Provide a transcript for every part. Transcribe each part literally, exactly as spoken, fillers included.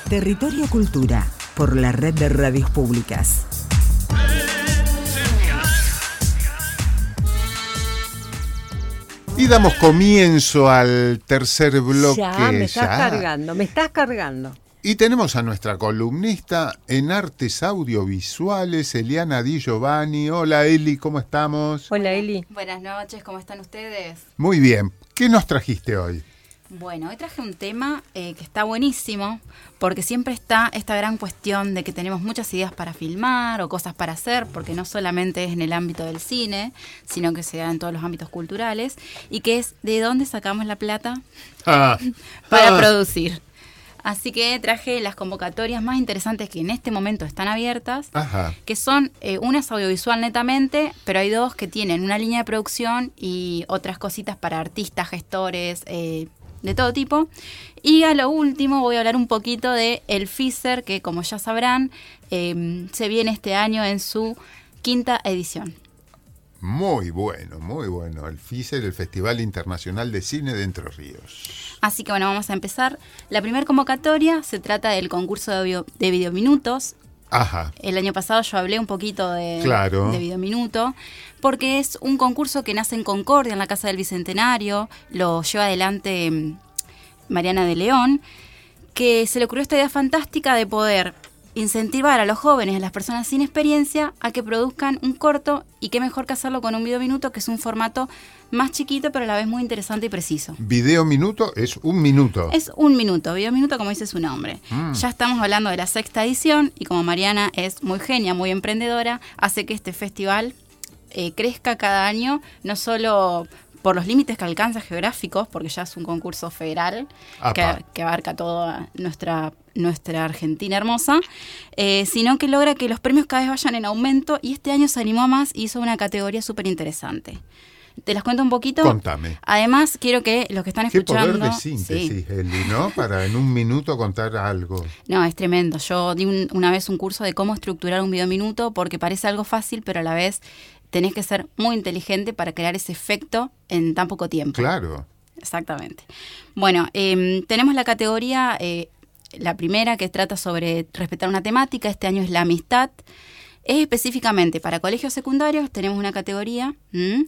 Territorio Cultura, por la red de radios públicas. Y damos comienzo al tercer bloque. Ya, me estás ya. cargando, me estás cargando. Y tenemos a nuestra columnista en artes audiovisuales, Eliana Di Giovanni. Hola Eli, ¿cómo estamos? Hola Eli. Buenas noches, ¿cómo están ustedes? Muy bien. ¿Qué nos trajiste hoy? Bueno, hoy traje un tema eh, que está buenísimo, porque siempre está esta gran cuestión de que tenemos muchas ideas para filmar o cosas para hacer, porque no solamente es en el ámbito del cine, sino que se da en todos los ámbitos culturales, y que es de dónde sacamos la plata Ah, para ah. producir. Así que traje las convocatorias más interesantes que en este momento están abiertas, Ajá. que son eh, unas audiovisual netamente, pero hay dos que tienen una línea de producción y otras cositas para artistas, gestores, eh, de todo tipo. Y a lo último voy a hablar un poquito de el F I S E R, que como ya sabrán, eh, se viene este año en su quinta edición. Muy bueno, muy bueno. El F I S E R, el Festival Internacional de Cine de Entre Ríos. Así que bueno, vamos a empezar. La primera convocatoria se trata del concurso de, bio, de Videominutos. Ajá. El año pasado yo hablé un poquito de, Claro. de Videominuto, porque es un concurso que nace en Concordia, en la Casa del Bicentenario, lo lleva adelante mm, Mariana de León, que se le ocurrió esta idea fantástica de poder incentivar a los jóvenes, a las personas sin experiencia, a que produzcan un corto, y qué mejor que hacerlo con un Videominuto, que es un formato más chiquito, pero a la vez muy interesante y preciso. Video minuto es un minuto. Es un minuto, Videominuto como dice su nombre. Mm. Ya estamos hablando de la sexta edición y como Mariana es muy genia, muy emprendedora, hace que este festival eh, crezca cada año, no solo por los límites que alcanza geográficos, porque ya es un concurso federal que, que abarca toda nuestra, nuestra Argentina hermosa, eh, sino que logra que los premios cada vez vayan en aumento, y este año se animó a más y hizo una categoría súper interesante. ¿Te las cuento un poquito? Contame. Además, quiero que los que están Qué escuchando... poder de síntesis, Sí. Eli, ¿no? Para en un minuto contar algo. No, es tremendo. Yo di un- una vez un curso de cómo estructurar un videominuto, porque parece algo fácil, pero a la vez tenés que ser muy inteligente para crear ese efecto en tan poco tiempo. Claro. Exactamente. Bueno, eh, tenemos la categoría, eh, la primera, que trata sobre respetar una temática. Este año es la amistad. Es específicamente para colegios secundarios, tenemos una categoría. ¿m?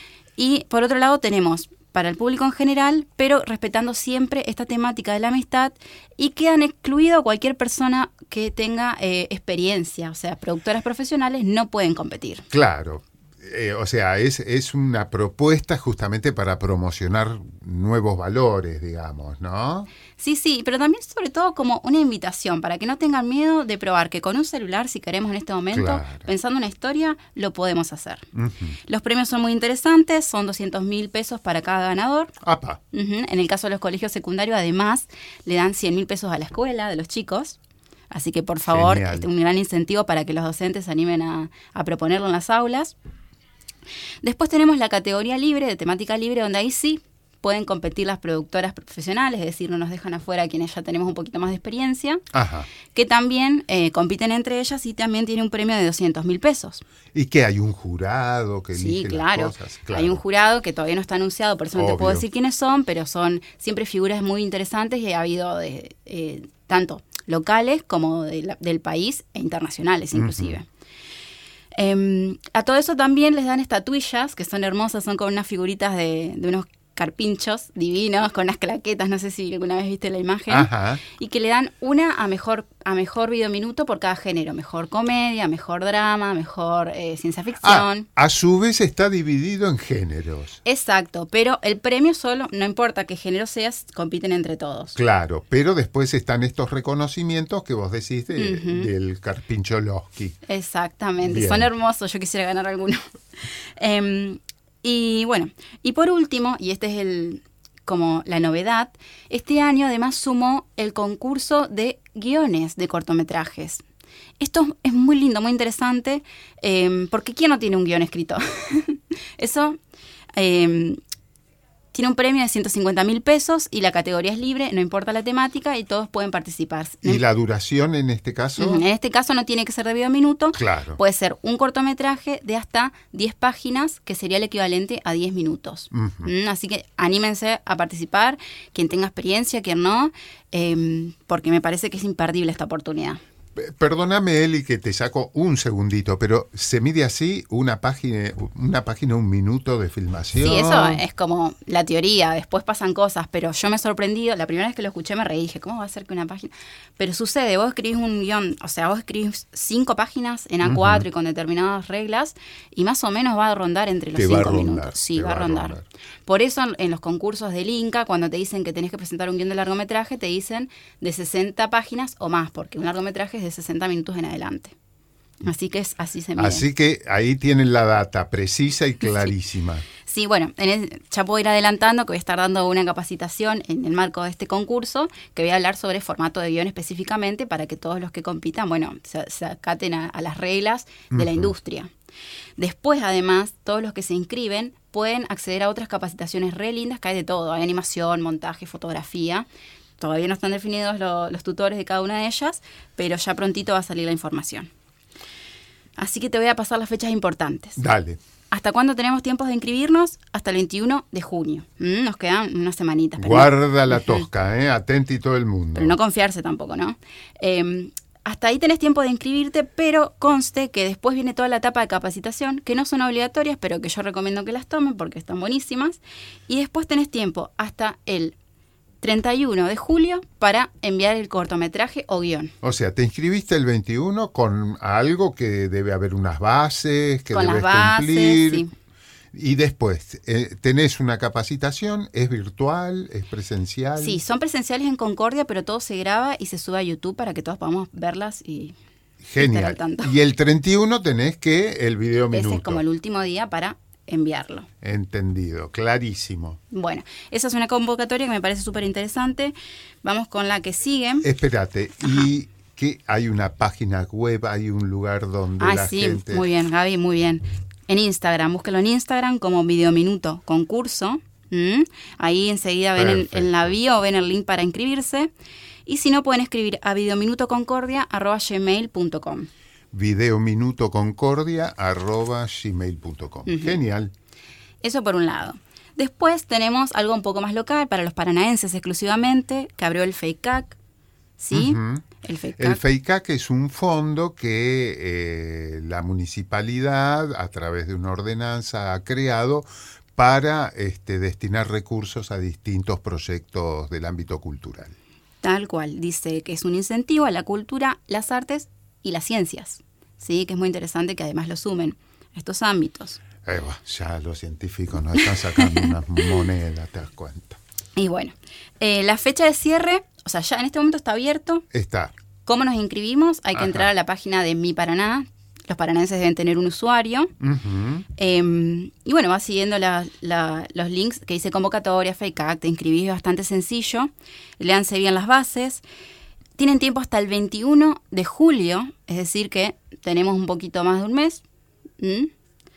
Y por otro lado tenemos para el público en general, pero respetando siempre esta temática de la amistad, y quedan excluidos cualquier persona que tenga eh, experiencia. O sea, productoras profesionales no pueden competir. Claro. Eh, o sea, es, es una propuesta justamente para promocionar nuevos valores, digamos, ¿no? Sí, sí, pero también sobre todo como una invitación para que no tengan miedo de probar que con un celular, si queremos en este momento, Claro. pensando una historia, lo podemos hacer. Ujú. Los premios son muy interesantes, son doscientos mil pesos para cada ganador. Apa. Ujú. En el caso de los colegios secundarios, además, le dan cien mil pesos a la escuela de los chicos. Así que, por favor, Genial. este, un gran incentivo para que los docentes se animen a, a proponerlo en las aulas. Después tenemos la categoría libre, de temática libre, donde ahí sí pueden competir las productoras profesionales, es decir, no nos dejan afuera quienes ya tenemos un poquito más de experiencia, Ajá. que también eh, compiten entre ellas, y también tiene un premio de doscientos mil pesos. ¿Y qué? ¿Hay un jurado que elige Sí, claro. las cosas? Claro. Hay un jurado que todavía no está anunciado, por eso no te puedo Obvio. decir quiénes son, pero son siempre figuras muy interesantes, y ha habido de, eh, tanto locales como de la- del país e internacionales inclusive. Ujú. Eh, a todo eso también les dan estatuillas, que son hermosas, son con unas figuritas de, de unos carpinchos divinos, con unas claquetas, no sé si alguna vez viste la imagen, Ajá. y que le dan una a mejor a mejor videominuto por cada género, mejor comedia, mejor drama, mejor eh, ciencia Ah, ficción. a su vez está dividido en géneros. Exacto, pero el premio solo, no importa qué género seas, compiten entre todos. Claro, pero después están estos reconocimientos que vos decís de- Ujú. del Carpincholowski. Exactamente, Bien. son hermosos, yo quisiera ganar alguno. Em, y bueno, y por último, y este es el como la novedad, este año además sumó el concurso de guiones de cortometrajes. Esto es muy lindo, muy interesante, eh, porque ¿quién no tiene un guión escrito? Eso, eh, Tiene un premio de ciento cincuenta mil pesos y la categoría es libre, no importa la temática y todos pueden participar. ¿Y la duración en este caso? En este caso no tiene que ser de video minuto. Claro. Puede ser un cortometraje de hasta diez páginas, que sería el equivalente a diez minutos. Uh-huh. Así que anímense a participar, quien tenga experiencia, quien no, eh, porque me parece que es imperdible esta oportunidad. Perdóname, Eli, que te saco un segundito, pero ¿se mide así una página, una página, un minuto de filmación? Sí, eso es como la teoría, después pasan cosas, pero yo me he sorprendido, la primera vez que lo escuché me reí, dije, ¿cómo va a ser que una página? Pero sucede, vos escribís un guión, o sea, vos escribís cinco páginas en A cuatro uh-huh. y con determinadas reglas, y más o menos va a rondar entre los te cinco va a rondar, minutos. Sí, va, va a rondar. rondar. Por eso en los concursos del Inca, cuando te dicen que tenés que presentar un guión de largometraje, te dicen de sesenta páginas o más, porque un largometraje es de sesenta minutos en adelante. Así que es, así se mide. Así que ahí tienen la data precisa y clarísima. Sí, sí bueno, en el, ya puedo ir adelantando que voy a estar dando una capacitación en el marco de este concurso, que voy a hablar sobre formato de guión específicamente para que todos los que compitan, bueno, se, se acaten a, a las reglas de uh-huh. la industria. Después, además, todos los que se inscriben pueden acceder a otras capacitaciones re lindas, que hay de todo. Hay animación, montaje, fotografía. Todavía no están definidos lo, los tutores de cada una de ellas, pero ya prontito va a salir la información. Así que te voy a pasar las fechas importantes. Dale. ¿Hasta cuándo tenemos tiempos de inscribirnos? Hasta el veintiuno de junio. Mm, nos quedan unas semanitas. Guarda no. la tosca, ¿eh? Atenti todo el mundo. Pero no confiarse tampoco, ¿no? Eh, hasta ahí tenés tiempo de inscribirte, pero conste que después viene toda la etapa de capacitación, que no son obligatorias, pero que yo recomiendo que las tomen porque están buenísimas. Y después tenés tiempo hasta el treinta y uno de julio para enviar el cortometraje o guión. O sea, te inscribiste el veintiuno con algo que debe haber unas bases, que con debes las bases, cumplir. Sí. Y después, eh, tenés una capacitación, ¿es virtual, es presencial? Sí, son presenciales en Concordia, pero todo se graba y se sube a YouTube para que todos podamos verlas y Genial. estar al tanto. Y el treinta y uno tenés que el video minuto. Ese es como el último día para enviarlo. Entendido, clarísimo. Bueno, esa es una convocatoria que me parece súper interesante. Vamos con la que sigue. Espérate, Ajá. y que hay una página web, hay un lugar donde ah, la sí, gente... muy bien, Gaby, muy bien. En Instagram, búsquelo en Instagram como Videominuto Concurso. ¿Mm? Ahí enseguida ven en, en la bio, ven el link para inscribirse. Y si no, pueden escribir a videominutoconcordia arroba gmail punto com. videominutoconcordia arroba gmail punto com. Uh-huh. Genial. Eso por un lado. Después tenemos algo un poco más local para los paranaenses exclusivamente, que abrió el FEICAC. ¿Sí? Uh-huh. El FEICAC. El FEICAC es un fondo que eh, la municipalidad, a través de una ordenanza, ha creado para este, destinar recursos a distintos proyectos del ámbito cultural. Tal cual. Dice que es un incentivo a la cultura, las artes y las ciencias. Sí, que es muy interesante que además lo sumen a estos ámbitos. Eh, bueno, ya los científicos nos están sacando unas monedas, te das cuenta. Y bueno, eh, la fecha de cierre, o sea, ya en este momento está abierto. Está. ¿Cómo nos inscribimos? Hay que Ajá. entrar a la página de Mi Paraná. Los paranaenses deben tener un usuario. Uh-huh. Eh, y bueno, vas siguiendo la, la, los links que dice convocatoria, FEICAC, te inscribís, es bastante sencillo. Léanse bien las bases. Tienen tiempo hasta el veintiuno de julio, es decir que tenemos un poquito más de un mes. ¿Mm?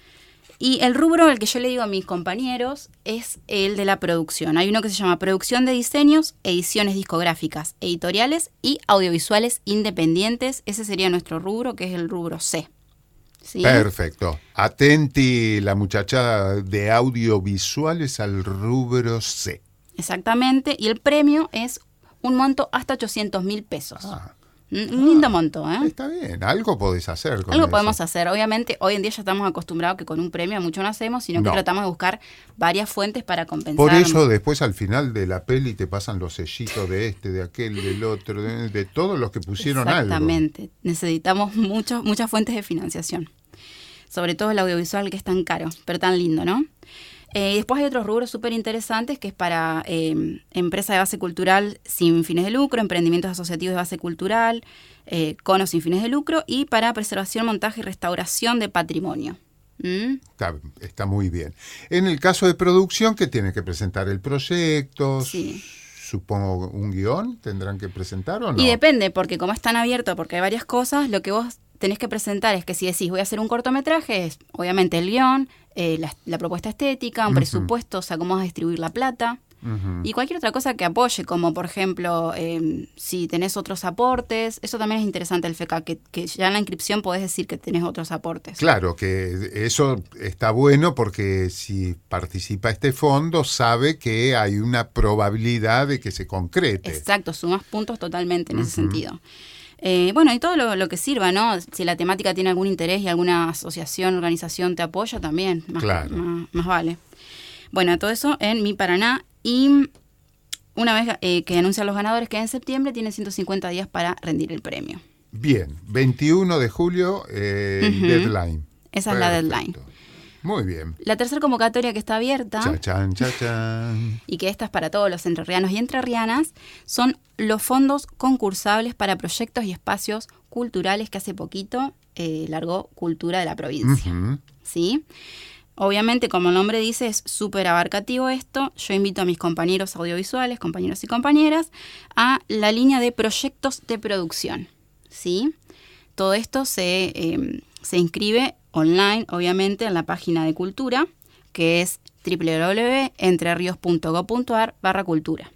Y el rubro al que yo le digo a mis compañeros es el de la producción. Hay uno que se llama producción de diseños, ediciones discográficas, editoriales y audiovisuales independientes. Ese sería nuestro rubro, que es el rubro C. ¿Sí? Perfecto. Atenti la muchachada de audiovisuales al rubro C. Exactamente. Y el premio es un monto hasta ochocientos mil pesos. Ah. Un lindo monto, ¿eh? Está bien, algo podés hacer con Algo eso. podemos hacer. Obviamente, hoy en día ya estamos acostumbrados que con un premio mucho no hacemos, sino que no. tratamos de buscar varias fuentes para compensar. Por eso después al final de la peli te pasan los sellitos de este, de aquel, del otro, de, de todos los que pusieron Exactamente. algo. Exactamente. Necesitamos muchos, muchas fuentes de financiación. Sobre todo el audiovisual, que es tan caro, pero tan lindo, ¿no? Eh, después hay otros rubros súper interesantes que es para eh, empresa de base cultural sin fines de lucro, emprendimientos asociativos de base cultural, eh, conos sin fines de lucro y para preservación, montaje y restauración de patrimonio. ¿Mm? Está, está muy bien. En el caso de producción, ¿qué tiene que presentar? ¿El proyecto? Sí. Supongo un guión tendrán que presentar o no. Y depende, porque como es tan abierto, porque hay varias cosas, lo que vos tenés que presentar, es que si decís voy a hacer un cortometraje, es obviamente el guión, eh, la, la propuesta estética, un uh-huh. presupuesto, o sea, cómo vas a distribuir la plata. Uh-huh. Y cualquier otra cosa que apoye, como por ejemplo, eh, si tenés otros aportes, eso también es interesante el F E C A, que, que ya en la inscripción podés decir que tenés otros aportes. Claro, que eso está bueno porque si participa este fondo, sabe que hay una probabilidad de que se concrete. Exacto, sumas puntos totalmente en uh-huh. ese sentido. Eh, bueno, y todo lo, lo que sirva, ¿no? Si la temática tiene algún interés y alguna asociación, organización te apoya, también, más, claro. más, más vale. Bueno, todo eso en Mi Paraná. Y una vez eh, que anuncian los ganadores, que en septiembre tienen ciento cincuenta días para rendir el premio. Bien, veintiuno de julio, eh, uh-huh. deadline. Esa Perfecto. Es la deadline. Muy bien. La tercera convocatoria que está abierta, chachán, chachán. y que esta es para todos los entrerrianos y entrerrianas, son los fondos concursables para proyectos y espacios culturales que hace poquito eh, largó Cultura de la Provincia. Uh-huh. ¿Sí? Obviamente, como el nombre dice, es súper abarcativo esto. Yo invito a mis compañeros audiovisuales, compañeros y compañeras, a la línea de proyectos de producción, ¿sí? Todo esto se, eh, se inscribe online, obviamente, en la página de Cultura, que es doble u doble u doble u punto entrerrios punto gob punto ar barra cultura.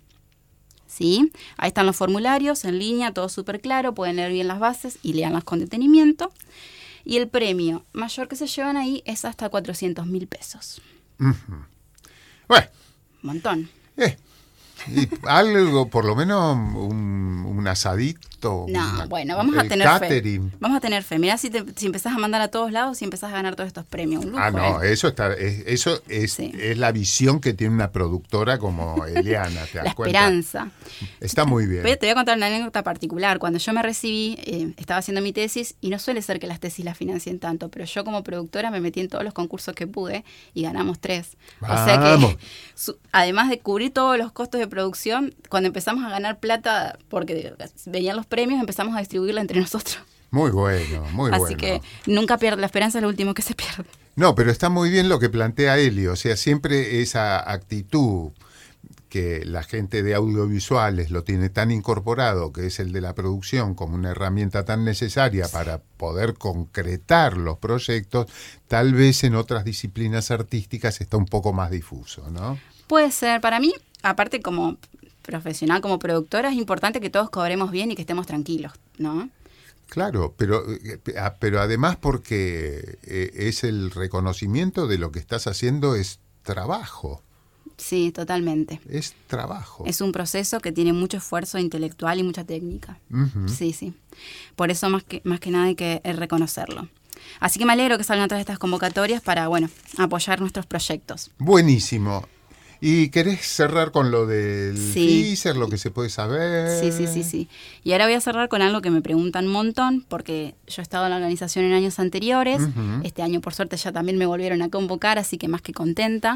¿Sí? Ahí están los formularios en línea, todo súper claro, pueden leer bien las bases y leanlas con detenimiento. Y el premio mayor que se llevan ahí es hasta cuatrocientos mil pesos. Uh-huh. Bueno. Un montón. Eh, y algo, por lo menos un, un asadito. No, una, bueno, vamos a tener catering. fe. Vamos a tener fe. Mirá si, te, si empezás a mandar a todos lados y empezás a ganar todos estos premios. Un lujo, ah, no, ¿eh? eso está, es, eso es, sí. es la visión que tiene una productora como Eliana, ¿te das la cuenta? Esperanza. Está muy bien. Te voy a contar una anécdota particular. Cuando yo me recibí, eh, estaba haciendo mi tesis, y no suele ser que las tesis las financien tanto, pero yo como productora me metí en todos los concursos que pude y ganamos tres. Vamos. O sea que, su, además de cubrir todos los costos de producción, cuando empezamos a ganar plata, porque venían los premios, empezamos a distribuirla entre nosotros. Muy bueno, muy Así bueno. Así que nunca pierde, la esperanza es lo último que se pierde. No, pero está muy bien lo que plantea Eli, o sea, siempre esa actitud que la gente de audiovisuales lo tiene tan incorporado, que es el de la producción como una herramienta tan necesaria para poder concretar los proyectos, tal vez en otras disciplinas artísticas está un poco más difuso, ¿no? Puede ser, para mí, aparte como profesional, como productora, es importante que todos cobremos bien y que estemos tranquilos, ¿no? Claro, pero, pero además porque es el reconocimiento de lo que estás haciendo, es trabajo. Sí, totalmente. Es trabajo. Es un proceso que tiene mucho esfuerzo intelectual y mucha técnica. Uh-huh. Sí, sí. Por eso más que, más que nada hay que reconocerlo. Así que me alegro que salgan todas estas convocatorias para, bueno, apoyar nuestros proyectos. Buenísimo. ¿Y querés cerrar con lo del sí. FISER, lo que se puede saber? Sí, sí, sí, sí. Y ahora voy a cerrar con algo que me preguntan un montón, porque yo he estado en la organización en años anteriores. Uh-huh. Este año, por suerte, ya también me volvieron a convocar, así que más que contenta.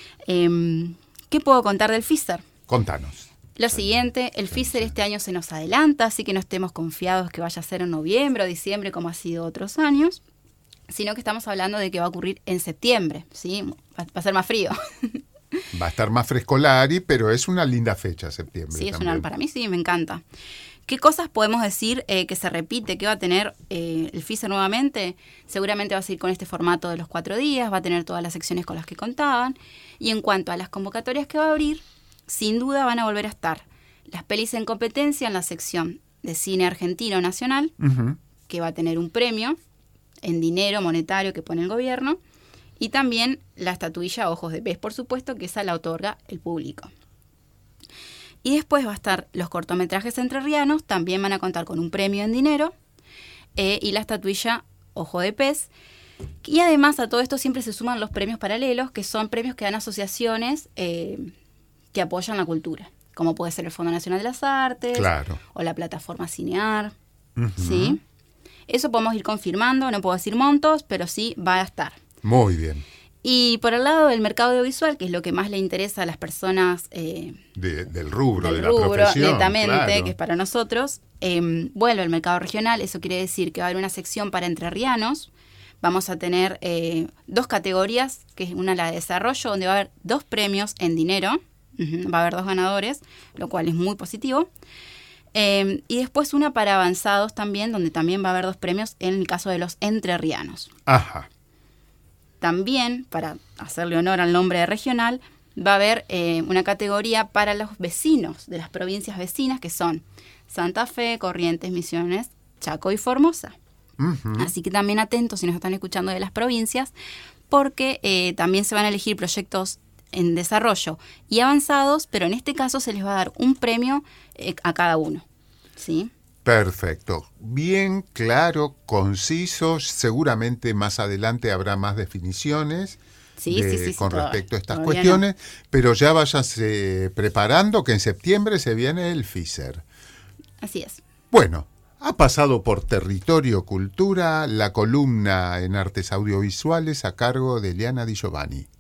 Eh, ¿Qué puedo contar del FISER? Contanos. Lo siguiente, el FISER este año se nos adelanta, así que no estemos confiados que vaya a ser en noviembre o diciembre como ha sido otros años, sino que estamos hablando de que va a ocurrir en septiembre, ¿sí? Va a ser más frío. Va a estar más frescolari, pero es una linda fecha, septiembre. Sí, es también. una, para mí sí, me encanta. ¿Qué cosas podemos decir eh, que se repite, que va a tener eh, el FISER nuevamente? Seguramente va a seguir con este formato de los cuatro días, va a tener todas las secciones con las que contaban. Y en cuanto a las convocatorias que va a abrir, sin duda van a volver a estar las pelis en competencia en la sección de cine argentino nacional, uh-huh. que va a tener un premio en dinero monetario que pone el gobierno, y también la estatuilla Ojos de Pez, por supuesto, que esa la otorga el público. Y después va a estar los cortometrajes entrerrianos, también van a contar con un premio en dinero, eh, y la estatuilla Ojo de Pez. Y además a todo esto siempre se suman los premios paralelos, que son premios que dan asociaciones eh, que apoyan la cultura, como puede ser el Fondo Nacional de las Artes, claro. o la plataforma Cinear, uh-huh. ¿sí? Eso podemos ir confirmando, no puedo decir montos, pero sí va a estar. Muy bien. Y por el lado del mercado audiovisual, que es lo que más le interesa a las personas eh, de, del rubro, del de rubro, la profesión, netamente, claro. que es para nosotros, eh, vuelve al mercado regional. Eso quiere decir que va a haber una sección para entrerrianos. Vamos a tener eh, dos categorías, que es una la de desarrollo, donde va a haber dos premios en dinero. Uh-huh, va a haber dos ganadores, lo cual es muy positivo. Eh, y después una para avanzados también, donde también va a haber dos premios en el caso de los entrerrianos. Ajá. También, para hacerle honor al nombre de regional, va a haber eh, una categoría para los vecinos de las provincias vecinas, que son Santa Fe, Corrientes, Misiones, Chaco y Formosa. Uh-huh. Así que también atentos si nos están escuchando de las provincias, porque eh, también se van a elegir proyectos en desarrollo y avanzados, pero en este caso se les va a dar un premio eh, a cada uno. ¿Sí? Perfecto. Bien claro, conciso. Seguramente más adelante habrá más definiciones Sí, de, sí, sí, sí, con todo, respecto a estas todavía cuestiones, no. Pero ya váyanse preparando que en septiembre se viene el F I S E R. Así es. Bueno, ha pasado por Territorio Cultura la columna en artes audiovisuales a cargo de Eliana Di Giovanni.